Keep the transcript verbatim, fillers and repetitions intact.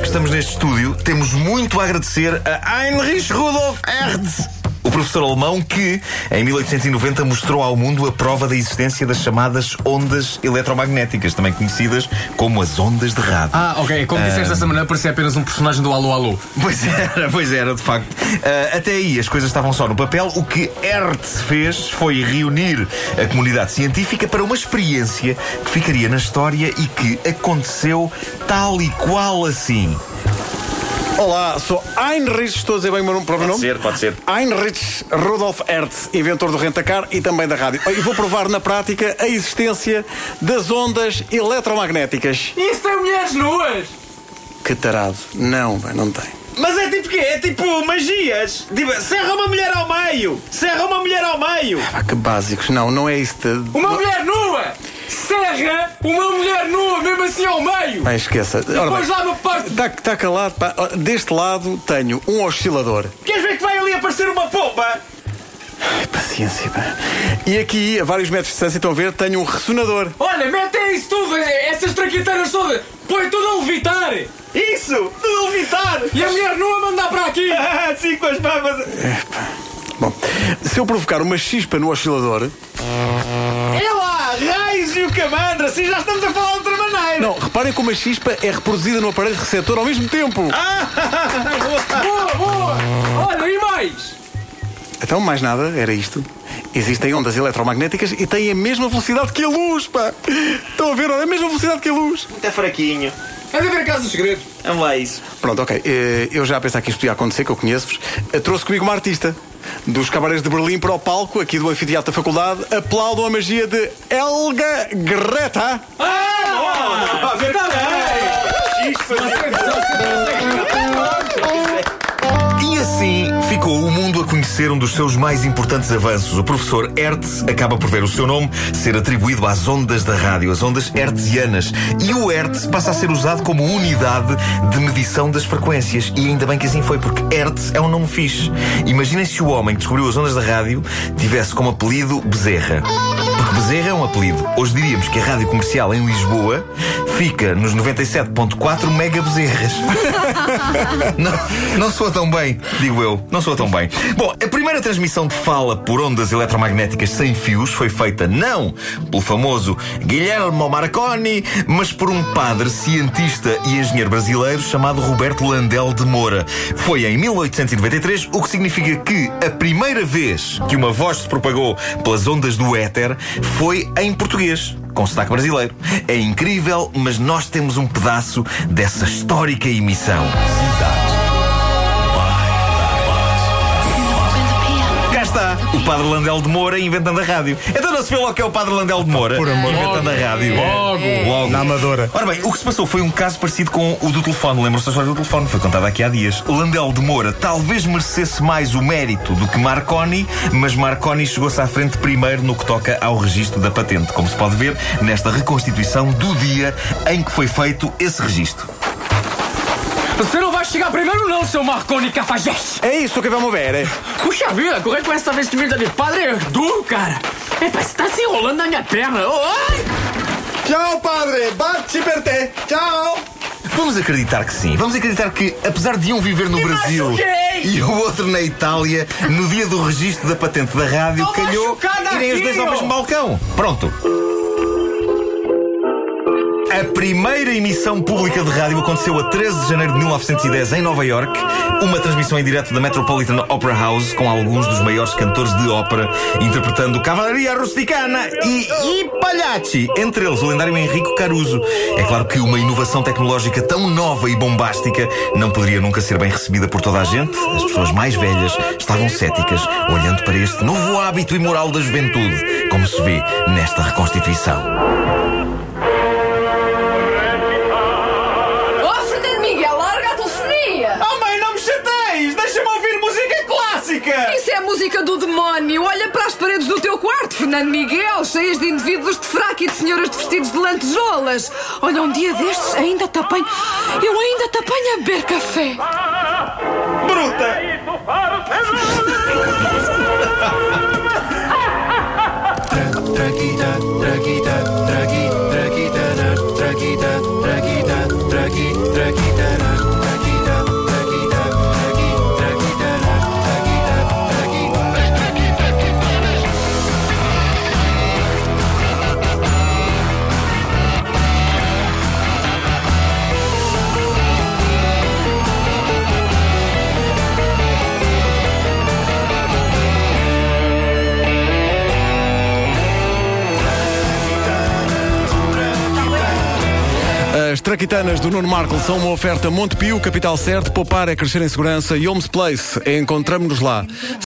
que estamos neste estúdio, temos muito a agradecer a Heinrich Rudolf Hertz, o professor alemão que, em mil oitocentos e noventa, mostrou ao mundo a prova da existência das chamadas ondas eletromagnéticas, também conhecidas como as ondas de rádio. Ah, ok. Como disseste dessa maneira, parecia apenas um personagem do Alô Alô. Pois era, pois era, de facto. Uh, até aí as coisas estavam só no papel. O que Hertz fez foi reunir a comunidade científica para uma experiência que ficaria na história e que aconteceu tal e qual assim. Olá, sou Heinrich, estou a dizer bem o meu próprio nome? Pode ser, pode ser. Heinrich Rudolf Hertz, inventor do rentacar e também da rádio. E vou provar na prática a existência das ondas eletromagnéticas. Isso tem mulheres nuas! Que tarado. Não, bem, não tem. Mas é tipo quê? É tipo magias? Tipo, serra uma mulher ao meio! Serra uma mulher ao meio! Ah, que básicos. Não, não é isso de... Uma mulher nua! Serra uma mulher nua, mesmo assim ao meio! Bem, esqueça. Depois lá uma parte... Está tá calado, pá. Deste lado tenho um oscilador. Queres ver que vai ali aparecer uma pomba? Ai, paciência, pá. E aqui, a vários metros de distância, estão a ver, tenho um ressonador. Olha, mete isso tudo, essas traquiteiras todas, põe tudo a levitar! Isso! Tudo a levitar! E a mulher nua mandar para aqui! Ah, sim, com as mamas! É, pá. Bom, se eu provocar uma chispa no oscilador... É lá! Raios e o camandra! Assim já estamos a falar de outra maneira! Não, reparem como a chispa é reproduzida no aparelho receptor ao mesmo tempo. Ah! Boa, boa! Olha, e mais? Então, mais nada, era isto. Existem ondas eletromagnéticas e têm a mesma velocidade que a luz, pá! Estão a ver? Olha, a mesma velocidade que a luz. Muito é fraquinho. Anda a ver a Casa dos Segredos. Vamos lá isso. Pronto, ok. Eu já a pensar que isto podia acontecer, que eu conheço-vos. Trouxe comigo uma artista. Dos cabarés de Berlim para o palco, aqui do anfiteatro da faculdade, aplaudam a magia de Helga Greta. Ah! Está bem! Isto E assim ficou o mundo a conhecer um dos seus mais importantes avanços. O professor Hertz acaba por ver o seu nome ser atribuído às ondas da rádio, as ondas hertzianas. E o Hertz passa a ser usado como unidade de medição das frequências. E ainda bem que assim foi, porque Hertz é um nome fixe. Imaginem se o homem que descobriu as ondas da rádio tivesse como apelido Bezerra. Porque Bezerra é um apelido. Hoje diríamos que a rádio comercial em Lisboa fica nos noventa e sete ponto quatro megabezerras. não, não soa tão bem, digo eu. Não soa tão bem. Bom, a primeira transmissão de fala por ondas eletromagnéticas sem fios foi feita não pelo famoso Guilherme Marconi, mas por um padre cientista e engenheiro brasileiro chamado Roberto Landel de Moura. Foi em mil oitocentos e noventa e três, o que significa que a primeira vez que uma voz se propagou pelas ondas do éter foi em português, com sotaque brasileiro. É incrível, mas nós temos um pedaço dessa histórica emissão. Cá está, o Padre Landel de Moura inventando a rádio. Então não se vê logo que é o Padre Landel de Moura Por amor. inventando a rádio. Logo. Logo. Na Amadora. Ora bem, o que se passou foi um caso parecido com o do telefone. Lembram-se da história do telefone? Foi contada aqui há dias. Landel de Moura talvez merecesse mais o mérito do que Marconi, mas Marconi chegou-se à frente primeiro no que toca ao registro da patente, como se pode ver nesta reconstituição do dia em que foi feito esse registro. Você não vai chegar primeiro não, seu Marconi Cafajeste! É isso que vamos ver, é? Puxa vida, correr com essa vestimenta de padre é duro, cara! É, você tá se enrolando na minha perna! Oi! Tchau, padre! Bate per te! Tchau! Vamos acreditar que sim. Vamos acreditar que, apesar de um viver no Me Brasil machuquei! e o outro na Itália, no dia do registro da patente da rádio, Tô calhou machucada irem os aqui, dois ao ó. mesmo balcão. Pronto. A primeira emissão pública de rádio aconteceu a treze de janeiro de mil novecentos e dez em Nova York. Uma transmissão em direto da Metropolitan Opera House com alguns dos maiores cantores de ópera interpretando Cavalaria Rusticana e, e Pagliacci, entre eles o lendário Enrico Caruso. É claro que uma inovação tecnológica tão nova e bombástica não poderia nunca ser bem recebida por toda a gente. As pessoas mais velhas estavam céticas, olhando para este novo hábito imoral da juventude, como se vê nesta reconstituição. Isso é a música do demónio. Olha para as paredes do teu quarto, Fernando Miguel, cheias de indivíduos de fraco e de senhoras de vestidos de lantejoulas. Olha, um dia destes ainda te apanho. Eu ainda te apanho a beber café. Bruta! Traquita, traquita, traquita, traquita, traquita, traquita, traquita, traquita. As traquitanas do Nuno Marco são uma oferta Montepio, Capital Certo, poupar é crescer em segurança e Homes Place. Encontramos-nos lá.